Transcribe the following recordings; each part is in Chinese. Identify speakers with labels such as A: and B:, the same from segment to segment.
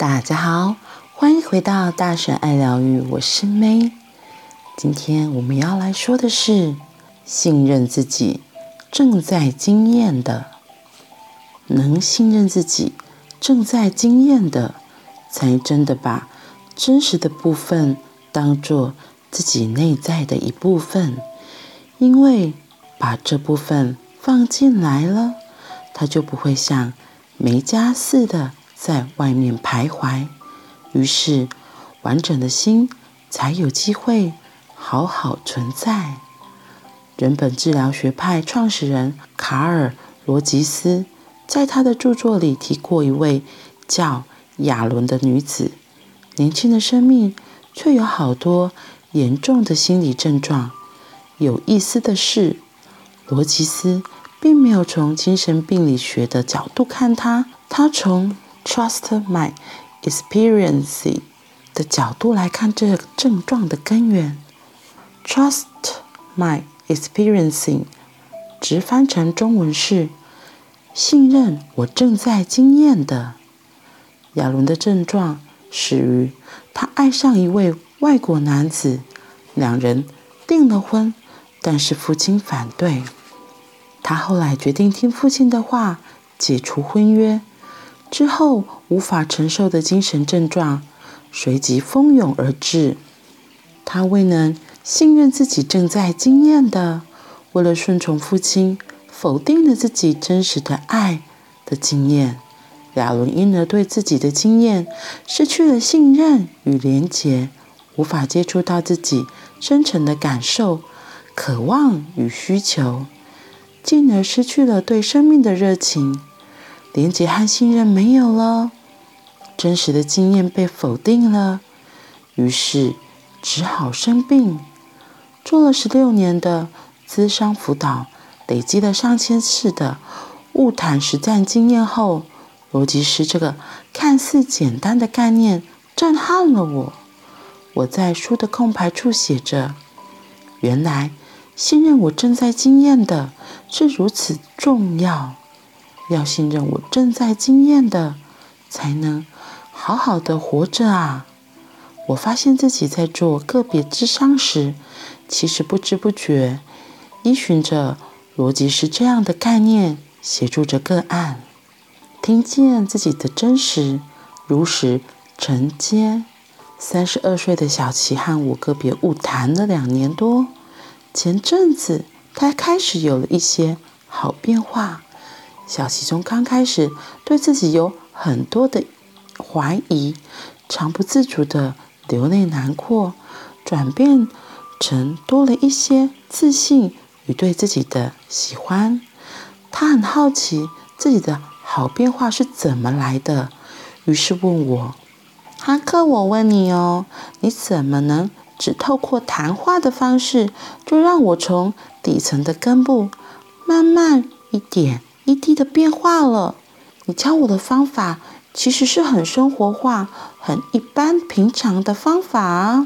A: 大家好，欢迎回到大神爱疗愈，我是May。今天我们要来说的是信任自己正在经验的。能信任自己正在经验的，才真的把真实的部分当作自己内在的一部分，因为把这部分放进来了，它就不会像没家似的在外面徘徊，于是完整的心才有机会好好存在。人本治疗学派创始人卡尔·罗吉斯在他的著作里提过一位叫亚伦的女子，年轻的生命却有好多严重的心理症状。有意思的是，罗吉斯并没有从精神病理学的角度看他从 Trust My Experience 的角度来看这个症状的根源。Trust My Experiencing 直翻成中文是信任我正在经验的。亚伦的症状始于他爱上一位外国男子，两人订了婚，但是父亲反对。他后来决定听父亲的话，解除婚约。之后无法承受的精神症状随即蜂拥而至。他未能信任自己正在经验的，为了顺从父亲，否定了自己真实的爱的经验。亚伦因而对自己的经验失去了信任与连结，无法接触到自己深层的感受、渴望与需求，进而失去了对生命的热情。连结和信任没有了，真实的经验被否定了，于是只好生病。做了16年的咨商辅导，累积了上千次的物谈实战经验后，罗吉斯这个看似简单的概念震撼了我。我在书的空白处写着，原来信任我正在经验的是如此重要。要信任我正在经验的，才能好好的活着啊！我发现自己在做个别咨商时，其实不知不觉依循着罗吉斯这样的概念，协助着个案，听见自己的真实，如实承接。32岁的小琪和我个别晤谈了2年多，前阵子他开始有了一些好变化。小琪从刚开始对自己有很多的怀疑，常不自主的流泪难过，转变成多了一些自信与对自己的喜欢。他很好奇自己的好变化是怎么来的，于是问我，哈克，我问你哦，你怎么能只透过谈话的方式，就让我从底层的根部慢慢一点一滴的变化了？你教我的方法其实是很生活化、很一般平常的方法啊。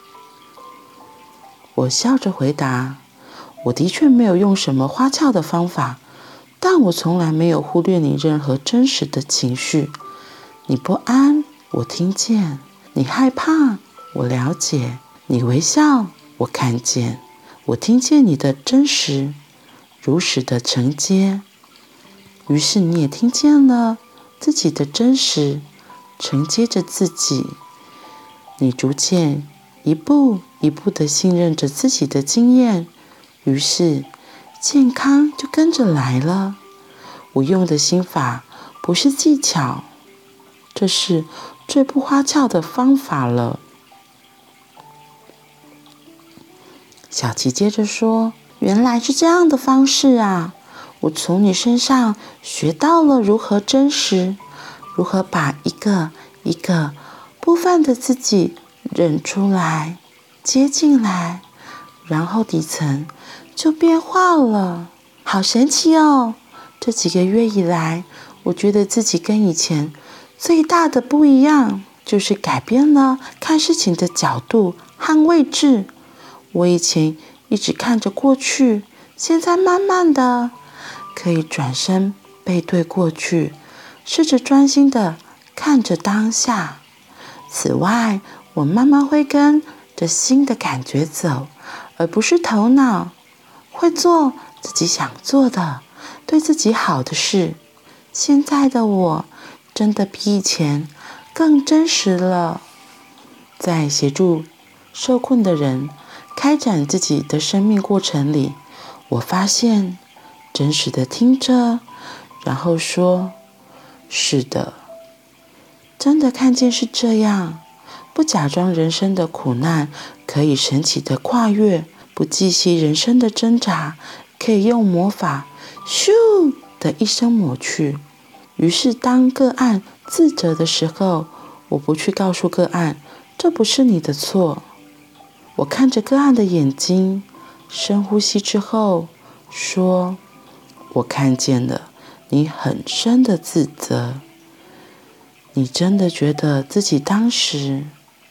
A: 我笑着回答，我的确没有用什么花俏的方法，但我从来没有忽略你任何真实的情绪。你不安，我听见；你害怕，我了解；你微笑，我看见。我听见你的真实，如实的承接。于是你也听见了自己的真实，承接着自己。你逐渐一步一步地信任着自己的经验，于是健康就跟着来了。我用的心法不是技巧，这是最不花俏的方法了。小琪接着说，原来是这样的方式啊，我从你身上学到了如何真实，如何把一个一个部分的自己认出来，接进来，然后底层就变化了。好神奇哦！这几个月以来，我觉得自己跟以前最大的不一样，就是改变了看事情的角度和位置。我以前一直看着过去，现在慢慢的可以转身背对过去，试着专心的看着当下。此外，我慢慢会跟着心的感觉走，而不是头脑，会做自己想做的，对自己好的事。现在的我真的比以前更真实了。在协助受困的人开展自己的生命过程里，我发现真实的听着，然后说，是的，真的看见是这样，不假装人生的苦难可以神奇的跨越，不计惜人生的挣扎可以用魔法咻的一声抹去。于是当个案自责的时候，我不去告诉个案这不是你的错，我看着个案的眼睛，深呼吸之后说，我看见了你很深的自责，你真的觉得自己当时，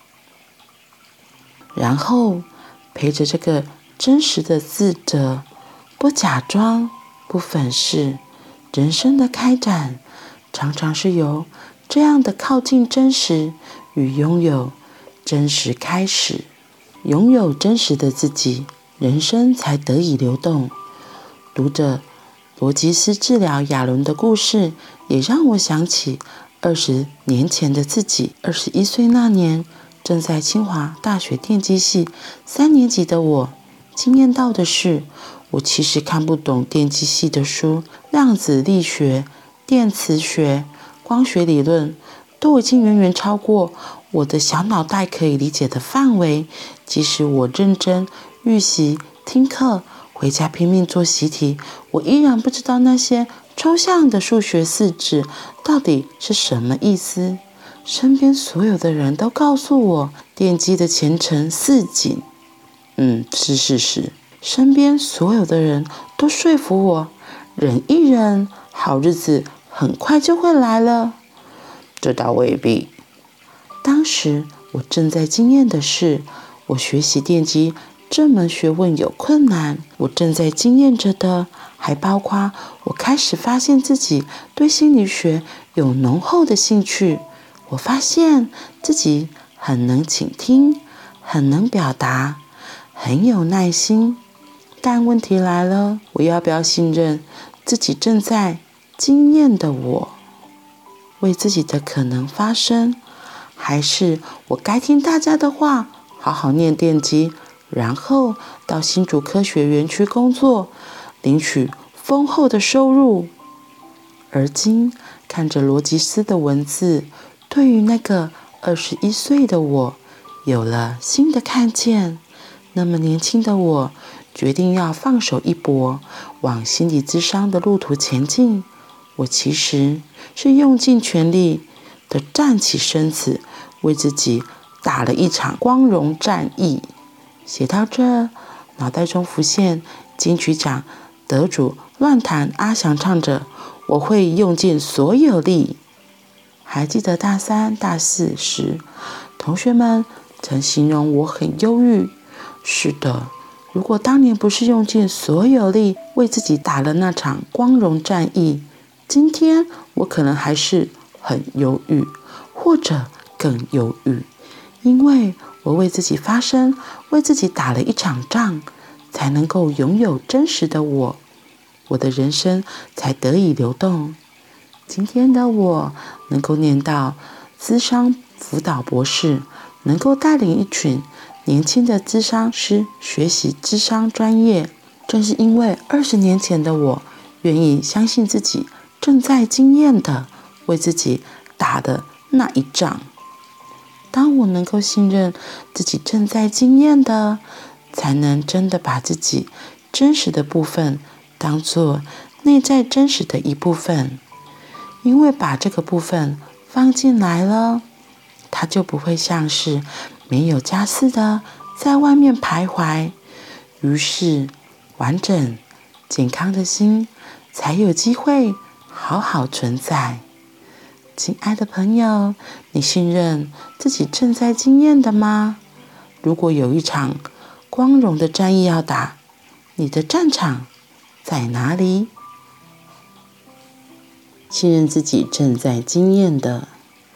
A: 然后陪着这个真实的自责，不假装，不粉饰。人生的开展常常是由这样的靠近真实与拥有真实开始。拥有真实的自己，人生才得以流动。读着罗吉斯治疗亚伦的故事，也让我想起20年前的自己。21岁那年，正在清华大学电机系3年级的我，惊艳到的是，我其实看不懂电机系的书，量子力学、电磁学、光学理论都已经远远超过我的小脑袋可以理解的范围。即使我认真预习、听课，回家拼命做习题，我依然不知道那些抽象的数学式子到底是什么意思。身边所有的人都告诉我，电机的前程似锦。是。身边所有的人都说服我，忍一忍，好日子很快就会来了。这倒未必。当时我正在经验的是，我学习电机这门学问有困难。我正在经验着的，还包括我开始发现自己对心理学有浓厚的兴趣。我发现自己很能倾听，很能表达，很有耐心。但问题来了，我要不要信任自己正在经验的我，为自己的可能发声，还是我该听大家的话，好好念电机，然后到新竹科学园区工作，领取丰厚的收入？而今看着罗吉斯的文字，对于那个21岁的我有了新的看见。那么年轻的我决定要放手一搏，往心理咨商的路途前进。我其实是用尽全力的站起身子，为自己打了一场光荣战役。写到这，脑袋中浮现金曲奖得主乱弹阿翔唱着我会用尽所有力。还记得大3、大4时，同学们曾形容我很忧郁。是的，如果当年不是用尽所有力为自己打了那场光荣战役，今天我可能还是很忧郁，或者更忧郁。因为我为自己发声，为自己打了一场仗，才能够拥有真实的我，我的人生才得以流动。今天的我能够念到咨商辅导博士，能够带领一群年轻的咨商师学习咨商专业，正是因为20年前的我愿意相信自己正在经验的为自己打的那一仗。当我能够信任自己正在经验的，才能真的把自己真实的部分当作内在真实的一部分。因为把这个部分放进来了，它就不会像是没有家似的在外面徘徊。于是完整健康的心才有机会好好存在。亲爱的朋友，你信任自己正在经验的吗？如果有一场光荣的战役要打，你的战场在哪里？信任自己正在经验的，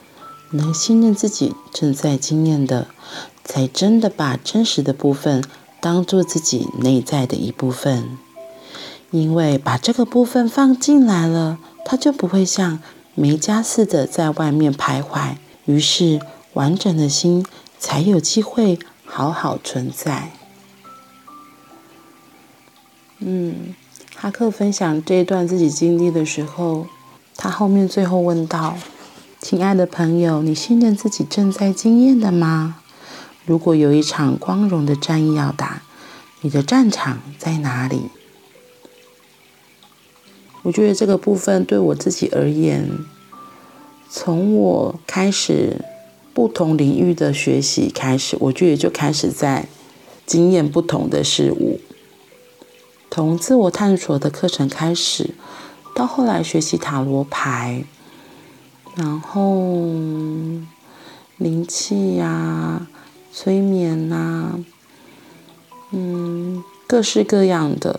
A: 能信任自己正在经验的，才真的把真实的部分当作自己内在的一部分。因为把这个部分放进来了，它就不会像没家似的在外面徘徊，于是完整的心才有机会好好存在。哈克分享这一段自己经历的时候，他后面最后问道：亲爱的朋友，你信任自己正在经验的吗？如果有一场光荣的战役要打，你的战场在哪里？我觉得这个部分对我自己而言，从我开始不同领域的学习开始，我觉得就开始在经验不同的事物。从自我探索的课程开始，到后来学习塔罗牌，然后灵气呀、催眠啊，各式各样的，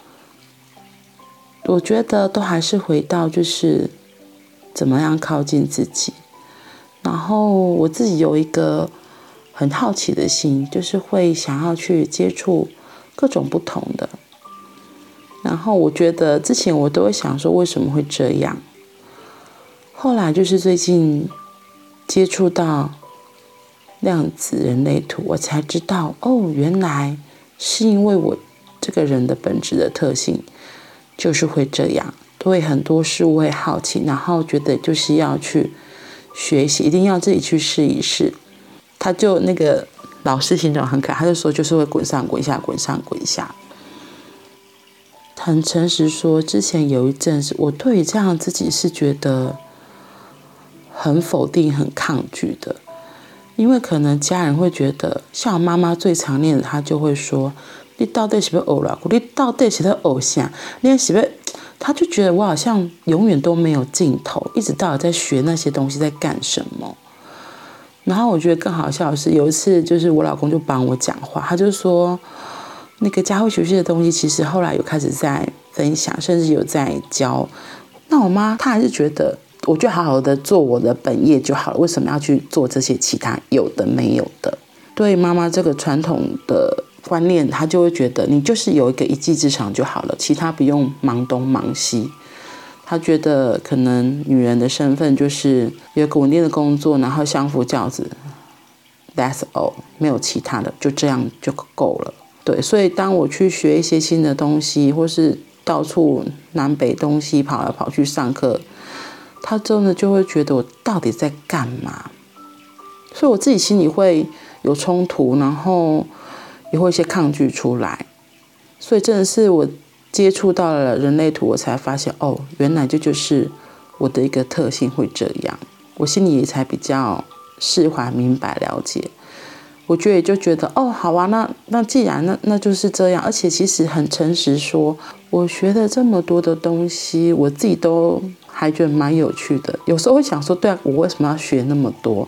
A: 我觉得都还是回到就是怎么样靠近自己。然后我自己有一个很好奇的心，就是会想要去接触各种不同的。然后我觉得之前我都会想说为什么会这样，后来就是最近接触到量子人类图，我才知道原来是因为我这个人的本质的特性就是会这样，对很多事物会好奇，然后觉得就是要去学习，一定要自己去试一试。他就那个老师形容很可爱，他就说就是会滚上滚下，滚上滚下。很诚实说，之前有一阵子，我对于这样自己是觉得很否定、很抗拒的，因为可能家人会觉得，像我妈妈最常念的，她就会说：“你到底是不是偶了？你到底是在偶像？你是不是？”她就觉得我好像永远都没有尽头，一直到底在学那些东西在干什么。然后我觉得更好笑的是，有一次就是我老公就帮我讲话，他就说，那个家慧学习的东西，其实后来有开始在分享，甚至有在教。那我妈她还是觉得，我就好好的做我的本业就好了，为什么要去做这些其他有的没有的？对妈妈这个传统的观念，她就会觉得你就是有一个一技之长就好了，其他不用忙东忙西。她觉得可能女人的身份就是有个稳定的工作，然后相夫教子 ，That's all， 没有其他的，就这样就够了。对，所以当我去学一些新的东西，或是到处南北东西跑来跑去上课，他真的就会觉得我到底在干嘛？所以我自己心里会有冲突，然后也会一些抗拒出来。所以真的是我接触到了人类图，我才发现原来这就是我的一个特性会这样，我心里也才比较释怀、明白、了解。我觉得也就觉得好啊，那既然那就是这样，而且其实很诚实说，我学了这么多的东西，我自己都还觉得蛮有趣的。有时候会想说，对啊，我为什么要学那么多？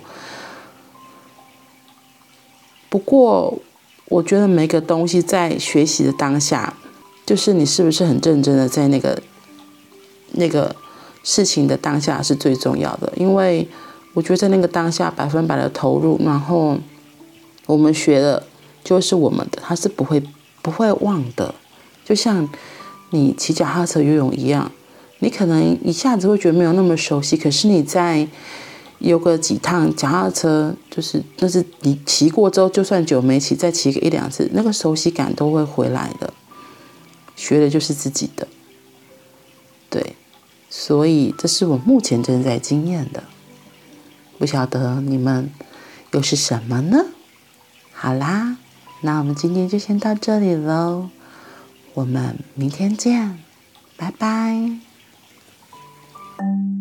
A: 不过我觉得每个东西在学习的当下，就是你是不是很认真的在那个事情的当下是最重要的。因为我觉得在那个当下100%的投入，然后我们学的就是我们的，它是不会忘的。就像你骑脚踏车、游泳一样，你可能一下子会觉得没有那么熟悉，可是你在有个几趟脚踏车，那是你骑过之后，就算久没骑，再骑个1-2次，那个熟悉感都会回来的。学的就是自己的，对，所以这是我目前正在经验的，不晓得你们又是什么呢？好啦，那我们今天就先到这里咯，我们明天见，拜拜。